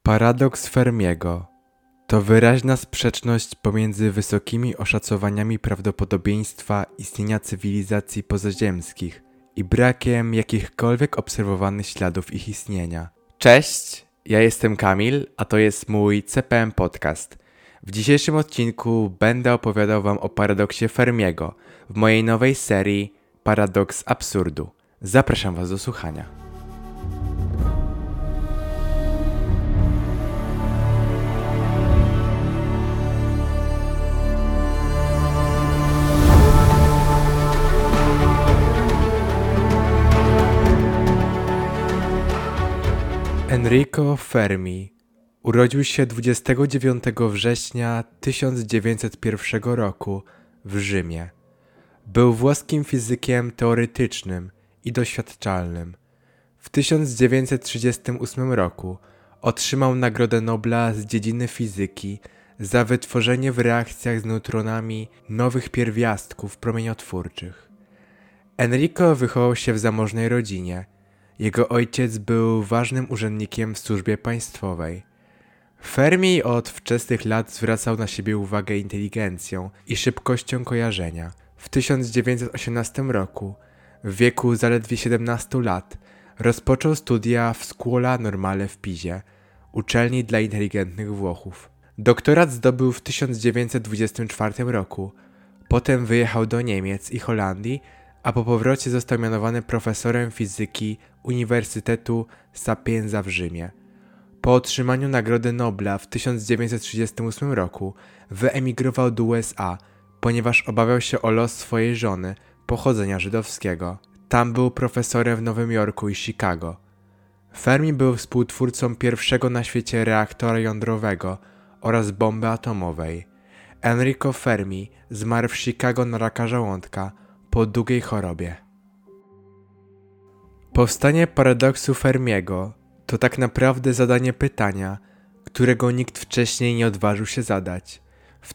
Paradoks Fermiego to wyraźna sprzeczność pomiędzy wysokimi oszacowaniami prawdopodobieństwa istnienia cywilizacji pozaziemskich i brakiem jakichkolwiek obserwowanych śladów ich istnienia. Cześć, ja jestem Kamil, a to jest mój CPM Podcast. W dzisiejszym odcinku będę opowiadał wam o paradoksie Fermiego w mojej nowej serii Paradoks Absurdu. Zapraszam was do słuchania. Enrico Fermi urodził się 29 września 1901 roku w Rzymie. Był włoskim fizykiem teoretycznym i doświadczalnym. W 1938 roku otrzymał Nagrodę Nobla z dziedziny fizyki za wytworzenie w reakcjach z neutronami nowych pierwiastków promieniotwórczych. Enrico wychował się w zamożnej rodzinie. Jego ojciec był ważnym urzędnikiem w służbie państwowej. Fermi od wczesnych lat zwracał na siebie uwagę inteligencją i szybkością kojarzenia. W 1918 roku, w wieku zaledwie 17 lat, rozpoczął studia w Scuola Normale w Pisie, uczelni dla inteligentnych Włochów. Doktorat zdobył w 1924 roku, potem wyjechał do Niemiec i Holandii, a po powrocie został mianowany profesorem fizyki Uniwersytetu Sapienza w Rzymie. Po otrzymaniu Nagrody Nobla w 1938 roku wyemigrował do USA, ponieważ obawiał się o los swojej żony pochodzenia żydowskiego. Tam był profesorem w Nowym Jorku i Chicago. Fermi był współtwórcą pierwszego na świecie reaktora jądrowego oraz bomby atomowej. Enrico Fermi zmarł w Chicago na raka żołądka po długiej chorobie. Powstanie paradoksu Fermiego to tak naprawdę zadanie pytania, którego nikt wcześniej nie odważył się zadać. W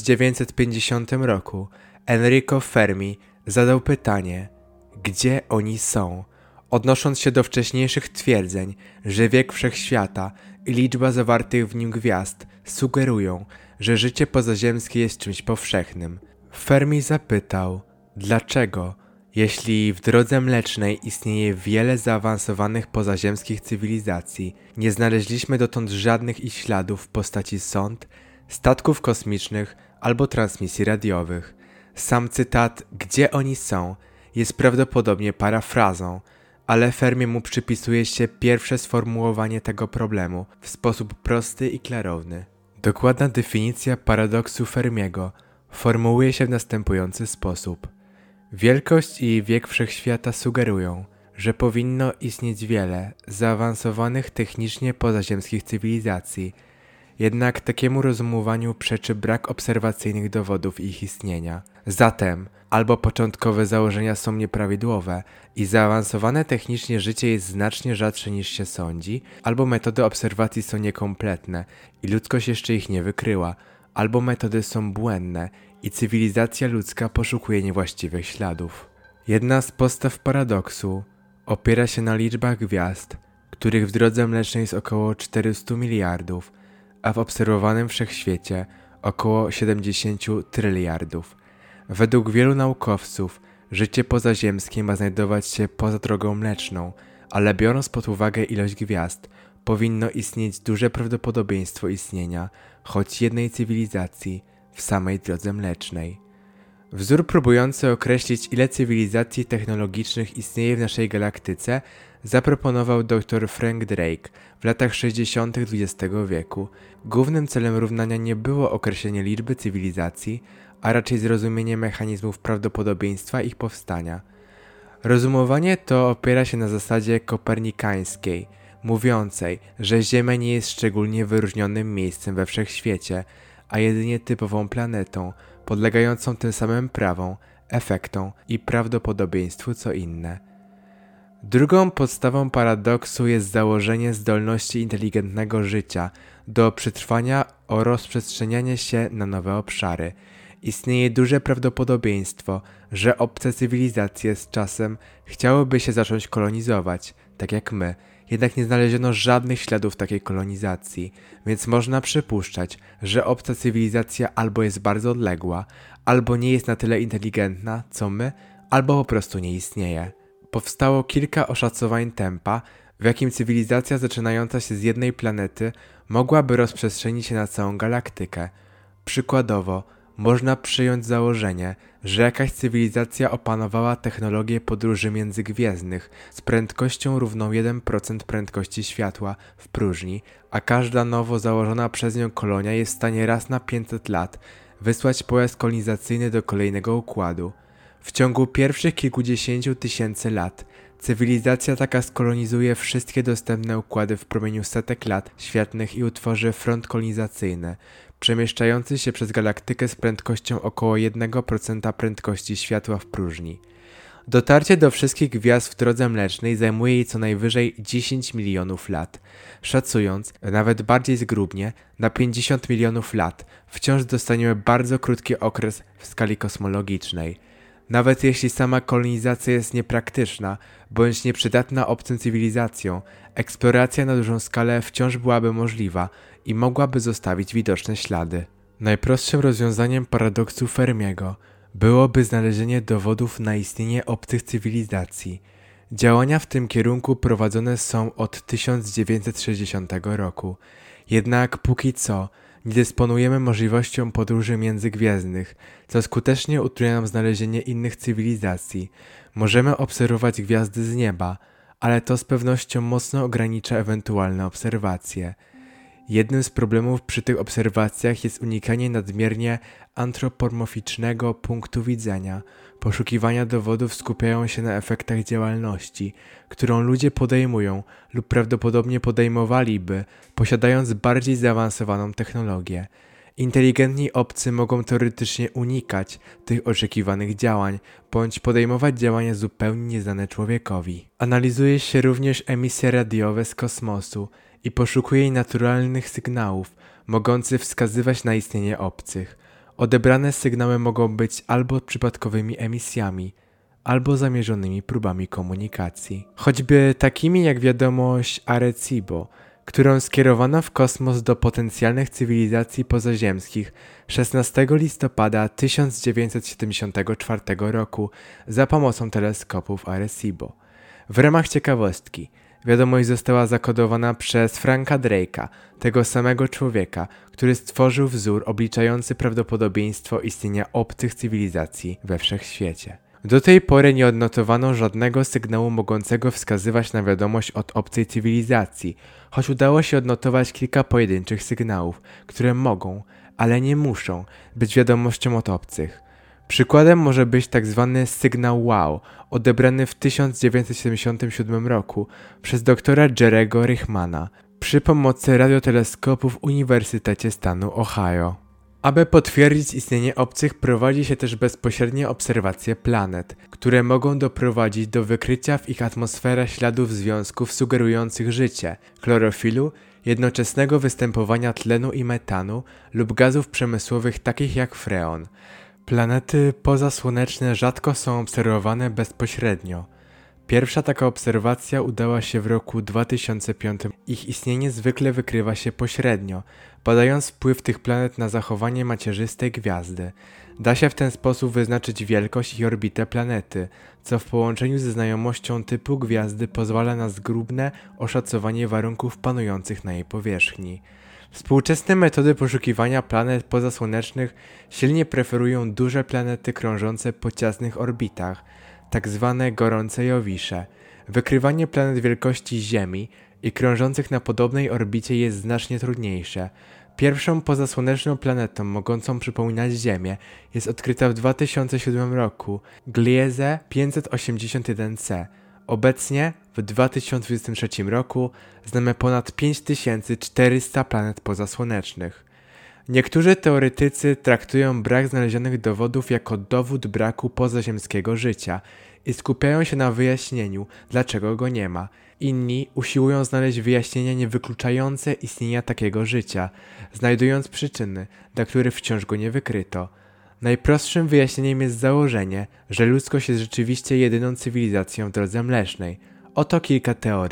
1950 roku Enrico Fermi zadał pytanie, gdzie oni są, odnosząc się do wcześniejszych twierdzeń, że wiek wszechświata i liczba zawartych w nim gwiazd sugerują, że życie pozaziemskie jest czymś powszechnym. Fermi zapytał, dlaczego, jeśli w drodze mlecznej istnieje wiele zaawansowanych pozaziemskich cywilizacji, nie znaleźliśmy dotąd żadnych ich śladów w postaci sond, statków kosmicznych albo transmisji radiowych. Sam cytat „gdzie oni są” jest prawdopodobnie parafrazą, ale Fermiemu przypisuje się pierwsze sformułowanie tego problemu w sposób prosty i klarowny. Dokładna definicja paradoksu Fermiego formułuje się w następujący sposób. Wielkość i wiek wszechświata sugerują, że powinno istnieć wiele zaawansowanych technicznie pozaziemskich cywilizacji, jednak takiemu rozumowaniu przeczy brak obserwacyjnych dowodów ich istnienia. Zatem albo początkowe założenia są nieprawidłowe i zaawansowane technicznie życie jest znacznie rzadsze niż się sądzi, albo metody obserwacji są niekompletne i ludzkość jeszcze ich nie wykryła, albo metody są błędne i cywilizacja ludzka poszukuje niewłaściwych śladów. Jedna z postaw paradoksu opiera się na liczbach gwiazd, których w drodze mlecznej jest około 400 miliardów, a w obserwowanym wszechświecie około 70 tryliardów. Według wielu naukowców życie pozaziemskie ma znajdować się poza drogą mleczną, ale biorąc pod uwagę ilość gwiazd, powinno istnieć duże prawdopodobieństwo istnienia choć jednej cywilizacji w samej drodze mlecznej. Wzór próbujący określić, ile cywilizacji technologicznych istnieje w naszej galaktyce, zaproponował dr Frank Drake w latach 60. XX wieku. Głównym celem równania nie było określenie liczby cywilizacji, a raczej zrozumienie mechanizmów prawdopodobieństwa ich powstania. Rozumowanie to opiera się na zasadzie kopernikańskiej, mówiącej, że Ziemia nie jest szczególnie wyróżnionym miejscem we wszechświecie, a jedynie typową planetą, podlegającą tym samym prawom, efektom i prawdopodobieństwu co inne. Drugą podstawą paradoksu jest założenie zdolności inteligentnego życia do przetrwania oraz rozprzestrzeniania się na nowe obszary. Istnieje duże prawdopodobieństwo, że obce cywilizacje z czasem chciałyby się zacząć kolonizować, tak jak my, jednak nie znaleziono żadnych śladów takiej kolonizacji, więc można przypuszczać, że obca cywilizacja albo jest bardzo odległa, albo nie jest na tyle inteligentna, co my, albo po prostu nie istnieje. Powstało kilka oszacowań tempa, w jakim cywilizacja zaczynająca się z jednej planety mogłaby rozprzestrzenić się na całą galaktykę. Przykładowo, można przyjąć założenie, że jakaś cywilizacja opanowała technologię podróży międzygwiezdnych z prędkością równą 1% prędkości światła w próżni, a każda nowo założona przez nią kolonia jest w stanie raz na 500 lat wysłać pojazd kolonizacyjny do kolejnego układu. W ciągu pierwszych kilkudziesięciu tysięcy lat cywilizacja taka skolonizuje wszystkie dostępne układy w promieniu setek lat świetlnych i utworzy front kolonizacyjny, przemieszczający się przez galaktykę z prędkością około 1% prędkości światła w próżni. Dotarcie do wszystkich gwiazd w drodze mlecznej zajmuje jej co najwyżej 10 milionów lat. Szacując, nawet bardziej zgrubnie, na 50 milionów lat wciąż dostaniemy bardzo krótki okres w skali kosmologicznej. Nawet jeśli sama kolonizacja jest niepraktyczna, bądź nieprzydatna obcym cywilizacjom, eksploracja na dużą skalę wciąż byłaby możliwa i mogłaby zostawić widoczne ślady. Najprostszym rozwiązaniem paradoksu Fermiego byłoby znalezienie dowodów na istnienie obcych cywilizacji. Działania w tym kierunku prowadzone są od 1960 roku. Jednak póki co nie dysponujemy możliwością podróży międzygwiezdnych, co skutecznie utrudnia nam znalezienie innych cywilizacji. Możemy obserwować gwiazdy z nieba, ale to z pewnością mocno ogranicza ewentualne obserwacje. Jednym z problemów przy tych obserwacjach jest unikanie nadmiernie antropomorficznego punktu widzenia. Poszukiwania dowodów skupiają się na efektach działalności, którą ludzie podejmują lub prawdopodobnie podejmowaliby, posiadając bardziej zaawansowaną technologię. Inteligentni obcy mogą teoretycznie unikać tych oczekiwanych działań, bądź podejmować działania zupełnie nieznane człowiekowi. Analizuje się również emisje radiowe z kosmosu i poszukuje jej naturalnych sygnałów, mogących wskazywać na istnienie obcych. Odebrane sygnały mogą być albo przypadkowymi emisjami, albo zamierzonymi próbami komunikacji. Choćby takimi jak wiadomość Arecibo, którą skierowano w kosmos do potencjalnych cywilizacji pozaziemskich 16 listopada 1974 roku za pomocą teleskopów Arecibo. W ramach ciekawostki, wiadomość została zakodowana przez Franka Drake'a, tego samego człowieka, który stworzył wzór obliczający prawdopodobieństwo istnienia obcych cywilizacji we wszechświecie. Do tej pory nie odnotowano żadnego sygnału mogącego wskazywać na wiadomość od obcej cywilizacji, choć udało się odnotować kilka pojedynczych sygnałów, które mogą, ale nie muszą, być wiadomością od obcych. Przykładem może być tzw. sygnał wow, odebrany w 1977 roku przez doktora Jerry'ego Richmana przy pomocy radioteleskopów w Uniwersytecie stanu Ohio. Aby potwierdzić istnienie obcych, prowadzi się też bezpośrednie obserwacje planet, które mogą doprowadzić do wykrycia w ich atmosferach śladów związków sugerujących życie, chlorofilu, jednoczesnego występowania tlenu i metanu lub gazów przemysłowych takich jak freon. Planety pozasłoneczne rzadko są obserwowane bezpośrednio. Pierwsza taka obserwacja udała się w roku 2005. Ich istnienie zwykle wykrywa się pośrednio, badając wpływ tych planet na zachowanie macierzystej gwiazdy. Da się w ten sposób wyznaczyć wielkość i orbitę planety, co w połączeniu ze znajomością typu gwiazdy pozwala na zgrubne oszacowanie warunków panujących na jej powierzchni. Współczesne metody poszukiwania planet pozasłonecznych silnie preferują duże planety krążące po ciasnych orbitach, tak zwane gorące jowisze. Wykrywanie planet wielkości Ziemi i krążących na podobnej orbicie jest znacznie trudniejsze. Pierwszą pozasłoneczną planetą mogącą przypominać Ziemię jest odkryta w 2007 roku Gliese 581c. Obecnie w 2023 roku znamy ponad 5400 planet pozasłonecznych. Niektórzy teoretycy traktują brak znalezionych dowodów jako dowód braku pozaziemskiego życia i skupiają się na wyjaśnieniu, dlaczego go nie ma. Inni usiłują znaleźć wyjaśnienia niewykluczające istnienia takiego życia, znajdując przyczyny, dla których wciąż go nie wykryto. Najprostszym wyjaśnieniem jest założenie, że ludzkość jest rzeczywiście jedyną cywilizacją w drodze mlecznej. Oto kilka teorii,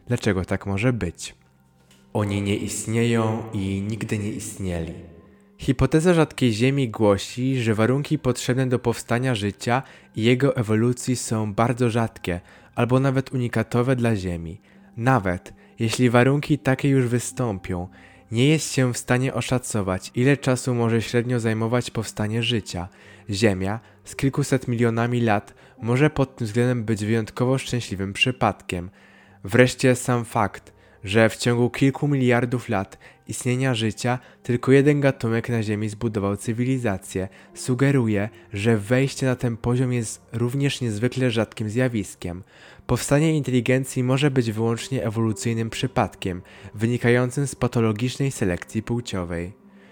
dlaczego tak może być. Oni nie istnieją i nigdy nie istnieli. Hipoteza rzadkiej Ziemi głosi, że warunki potrzebne do powstania życia i jego ewolucji są bardzo rzadkie, albo nawet unikatowe dla Ziemi. Nawet jeśli warunki takie już wystąpią, nie jest się w stanie oszacować, ile czasu może średnio zajmować powstanie życia. Ziemia z kilkuset milionami lat może pod tym względem być wyjątkowo szczęśliwym przypadkiem. Wreszcie sam fakt, że w ciągu kilku miliardów lat istnienia życia tylko jeden gatunek na Ziemi zbudował cywilizację, sugeruje, że wejście na ten poziom jest również niezwykle rzadkim zjawiskiem. Powstanie inteligencji może być wyłącznie ewolucyjnym przypadkiem, wynikającym z patologicznej selekcji płciowej.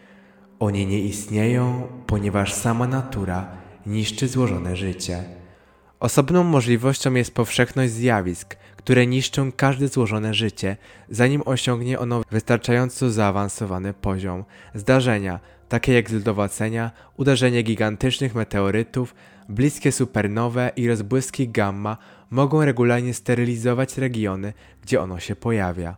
Oni nie istnieją, ponieważ sama natura niszczy złożone życie. Osobną możliwością jest powszechność zjawisk, które niszczą każde złożone życie, zanim osiągnie ono wystarczająco zaawansowany poziom. Zdarzenia, takie jak zlodowacenia, uderzenie gigantycznych meteorytów, bliskie supernowe i rozbłyski gamma mogą regularnie sterylizować regiony, gdzie ono się pojawia.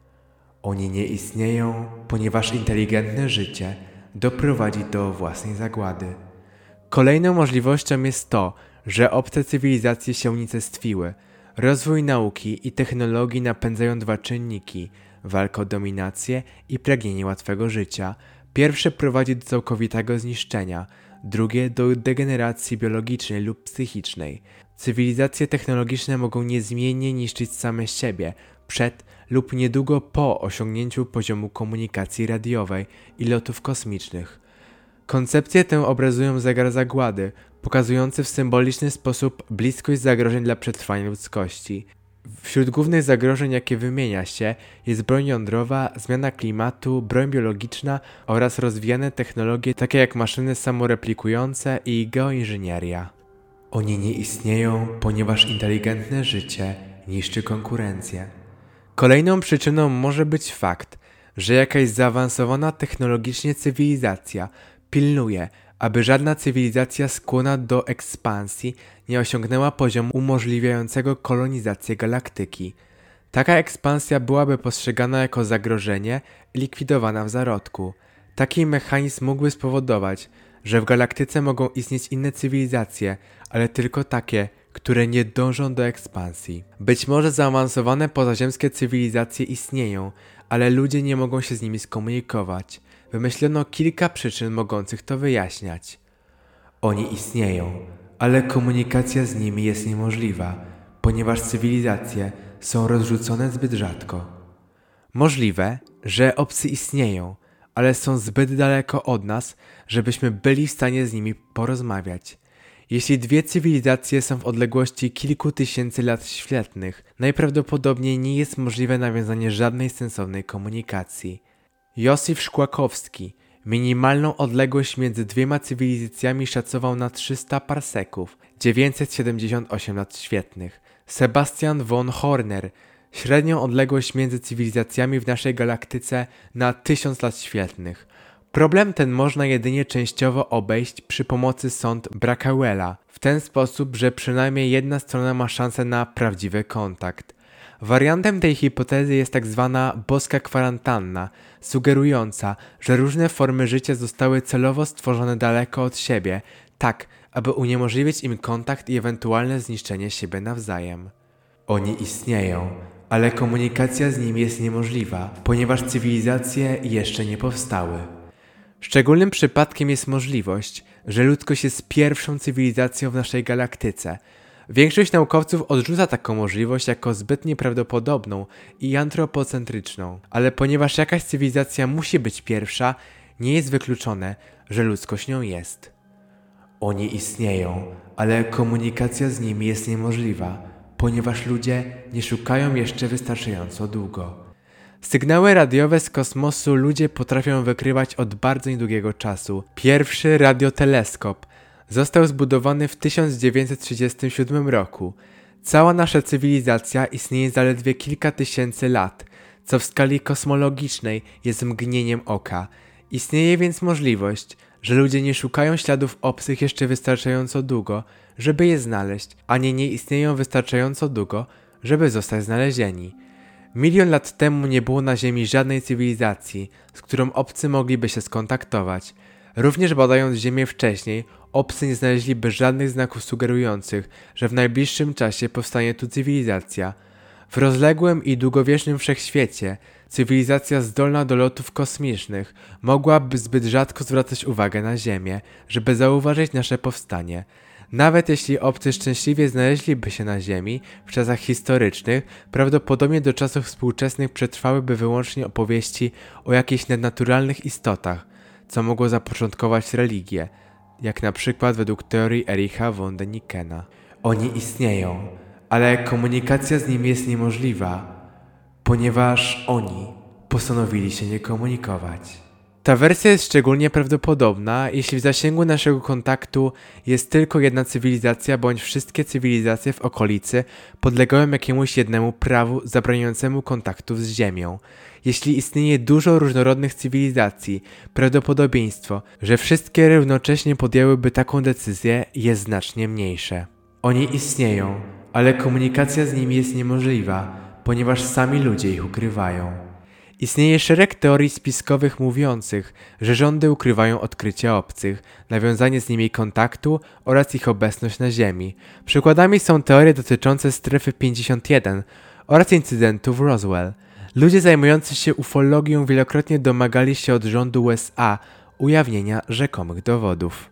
Oni nie istnieją, ponieważ inteligentne życie doprowadzi do własnej zagłady. Kolejną możliwością jest to, że obce cywilizacje się unicestwiły. Rozwój nauki i technologii napędzają dwa czynniki: walkę o dominację i pragnienie łatwego życia. Pierwsze prowadzi do całkowitego zniszczenia, drugie do degeneracji biologicznej lub psychicznej. Cywilizacje technologiczne mogą niezmiennie niszczyć same siebie przed lub niedługo po osiągnięciu poziomu komunikacji radiowej i lotów kosmicznych. Koncepcję tę obrazują zegar zagłady, pokazujący w symboliczny sposób bliskość zagrożeń dla przetrwania ludzkości. Wśród głównych zagrożeń, jakie wymienia się, jest broń jądrowa, zmiana klimatu, broń biologiczna oraz rozwijane technologie takie jak maszyny samoreplikujące i geoinżynieria. Oni nie istnieją, ponieważ inteligentne życie niszczy konkurencję. Kolejną przyczyną może być fakt, że jakaś zaawansowana technologicznie cywilizacja pilnuje, aby żadna cywilizacja skłonna do ekspansji nie osiągnęła poziomu umożliwiającego kolonizację galaktyki. Taka ekspansja byłaby postrzegana jako zagrożenie i likwidowana w zarodku. Taki mechanizm mógłby spowodować, że w galaktyce mogą istnieć inne cywilizacje, ale tylko takie, które nie dążą do ekspansji. Być może zaawansowane pozaziemskie cywilizacje istnieją, ale ludzie nie mogą się z nimi skomunikować. Wymyślono kilka przyczyn mogących to wyjaśniać. Oni istnieją, ale komunikacja z nimi jest niemożliwa, ponieważ cywilizacje są rozrzucone zbyt rzadko. Możliwe, że obcy istnieją, ale są zbyt daleko od nas, żebyśmy byli w stanie z nimi porozmawiać. Jeśli dwie cywilizacje są w odległości kilku tysięcy lat świetlnych, najprawdopodobniej nie jest możliwe nawiązanie żadnej sensownej komunikacji. Józef Szkłakowski minimalną odległość między dwiema cywilizacjami szacował na 300 parseków, 978 lat świetlnych. Sebastian von Horner średnią odległość między cywilizacjami w naszej galaktyce na 1000 lat świetlnych. Problem ten można jedynie częściowo obejść przy pomocy sond Brackwella, w ten sposób, że przynajmniej jedna strona ma szansę na prawdziwy kontakt. Wariantem tej hipotezy jest tak zwana boska kwarantanna, sugerująca, że różne formy życia zostały celowo stworzone daleko od siebie, tak aby uniemożliwić im kontakt i ewentualne zniszczenie siebie nawzajem. Oni istnieją, ale komunikacja z nimi jest niemożliwa, ponieważ cywilizacje jeszcze nie powstały. Szczególnym przypadkiem jest możliwość, że ludzkość jest pierwszą cywilizacją w naszej galaktyce. Większość naukowców odrzuca taką możliwość jako zbyt nieprawdopodobną i antropocentryczną, ale ponieważ jakaś cywilizacja musi być pierwsza, nie jest wykluczone, że ludzkość nią jest. Oni istnieją, ale komunikacja z nimi jest niemożliwa, ponieważ ludzie nie szukają jeszcze wystarczająco długo. Sygnały radiowe z kosmosu ludzie potrafią wykrywać od bardzo niedługiego czasu. Pierwszy radioteleskop został zbudowany w 1937 roku. Cała nasza cywilizacja istnieje zaledwie kilka tysięcy lat, co w skali kosmologicznej jest mgnieniem oka. Istnieje więc możliwość, że ludzie nie szukają śladów obcych jeszcze wystarczająco długo, żeby je znaleźć, ani nie istnieją wystarczająco długo, żeby zostać znalezieni. Milion lat temu nie było na Ziemi żadnej cywilizacji, z którą obcy mogliby się skontaktować. Również badając Ziemię wcześniej, obcy nie znaleźliby żadnych znaków sugerujących, że w najbliższym czasie powstanie tu cywilizacja. W rozległym i długowiecznym wszechświecie cywilizacja zdolna do lotów kosmicznych mogłaby zbyt rzadko zwracać uwagę na Ziemię, żeby zauważyć nasze powstanie. Nawet jeśli obcy szczęśliwie znaleźliby się na Ziemi w czasach historycznych, prawdopodobnie do czasów współczesnych przetrwałyby wyłącznie opowieści o jakichś nadnaturalnych istotach, co mogło zapoczątkować religię, jak na przykład według teorii Ericha von Dänikena. Oni istnieją, ale komunikacja z nimi jest niemożliwa, ponieważ oni postanowili się nie komunikować. Ta wersja jest szczególnie prawdopodobna, jeśli w zasięgu naszego kontaktu jest tylko jedna cywilizacja, bądź wszystkie cywilizacje w okolicy podlegają jakiemuś jednemu prawu zabraniającemu kontaktów z Ziemią. Jeśli istnieje dużo różnorodnych cywilizacji, prawdopodobieństwo, że wszystkie równocześnie podjęłyby taką decyzję, jest znacznie mniejsze. Oni istnieją, ale komunikacja z nimi jest niemożliwa, ponieważ sami ludzie ich ukrywają. Istnieje szereg teorii spiskowych mówiących, że rządy ukrywają odkrycia obcych, nawiązanie z nimi kontaktu oraz ich obecność na Ziemi. Przykładami są teorie dotyczące Strefy 51 oraz incydentu w Roswell. Ludzie zajmujący się ufologią wielokrotnie domagali się od rządu USA ujawnienia rzekomych dowodów.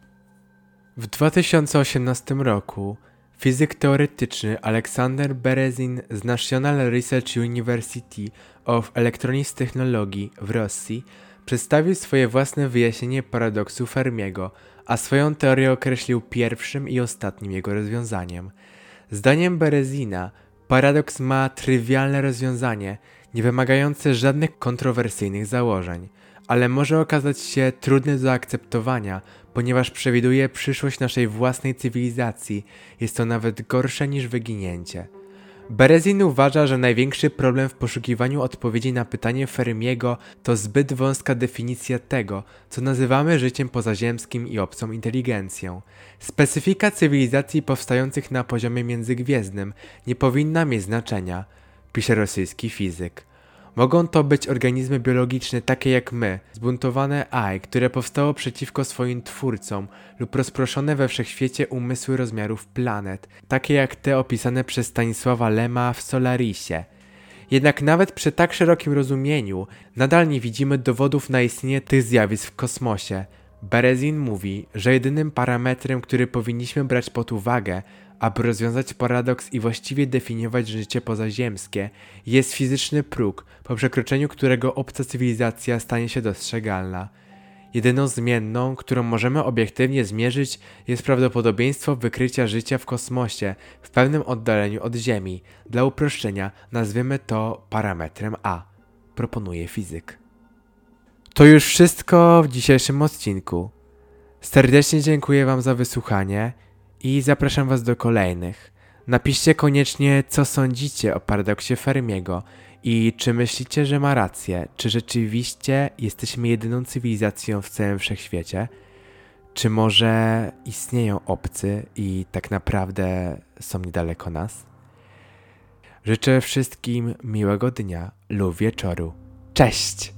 W 2018 roku fizyk teoretyczny Alexander Berezin z National Research University of Electronics Technology w Rosji przedstawił swoje własne wyjaśnienie paradoksu Fermiego, a swoją teorię określił pierwszym i ostatnim jego rozwiązaniem. Zdaniem Berezina paradoks ma trywialne rozwiązanie, nie wymagające żadnych kontrowersyjnych założeń, ale może okazać się trudny do zaakceptowania, ponieważ przewiduje przyszłość naszej własnej cywilizacji. Jest to nawet gorsze niż wyginięcie. Berezin uważa, że największy problem w poszukiwaniu odpowiedzi na pytanie Fermiego to zbyt wąska definicja tego, co nazywamy życiem pozaziemskim i obcą inteligencją. Specyfika cywilizacji powstających na poziomie międzygwiezdnym nie powinna mieć znaczenia, pisze rosyjski fizyk. Mogą to być organizmy biologiczne takie jak my, zbuntowane AI, które powstało przeciwko swoim twórcom, lub rozproszone we wszechświecie umysły rozmiarów planet, takie jak te opisane przez Stanisława Lema w Solarisie. Jednak nawet przy tak szerokim rozumieniu nadal nie widzimy dowodów na istnienie tych zjawisk w kosmosie. Berezin mówi, że jedynym parametrem, który powinniśmy brać pod uwagę, aby rozwiązać paradoks i właściwie definiować życie pozaziemskie, jest fizyczny próg, po przekroczeniu którego obca cywilizacja stanie się dostrzegalna. Jedyną zmienną, którą możemy obiektywnie zmierzyć, jest prawdopodobieństwo wykrycia życia w kosmosie w pewnym oddaleniu od Ziemi. Dla uproszczenia nazwiemy to parametrem A, proponuje fizyk. To już wszystko w dzisiejszym odcinku. Serdecznie dziękuję Wam za wysłuchanie i zapraszam Was do kolejnych. Napiszcie koniecznie, co sądzicie o paradoksie Fermiego i czy myślicie, że ma rację, czy rzeczywiście jesteśmy jedyną cywilizacją w całym wszechświecie, czy może istnieją obcy i tak naprawdę są niedaleko nas. Życzę wszystkim miłego dnia lub wieczoru. Cześć!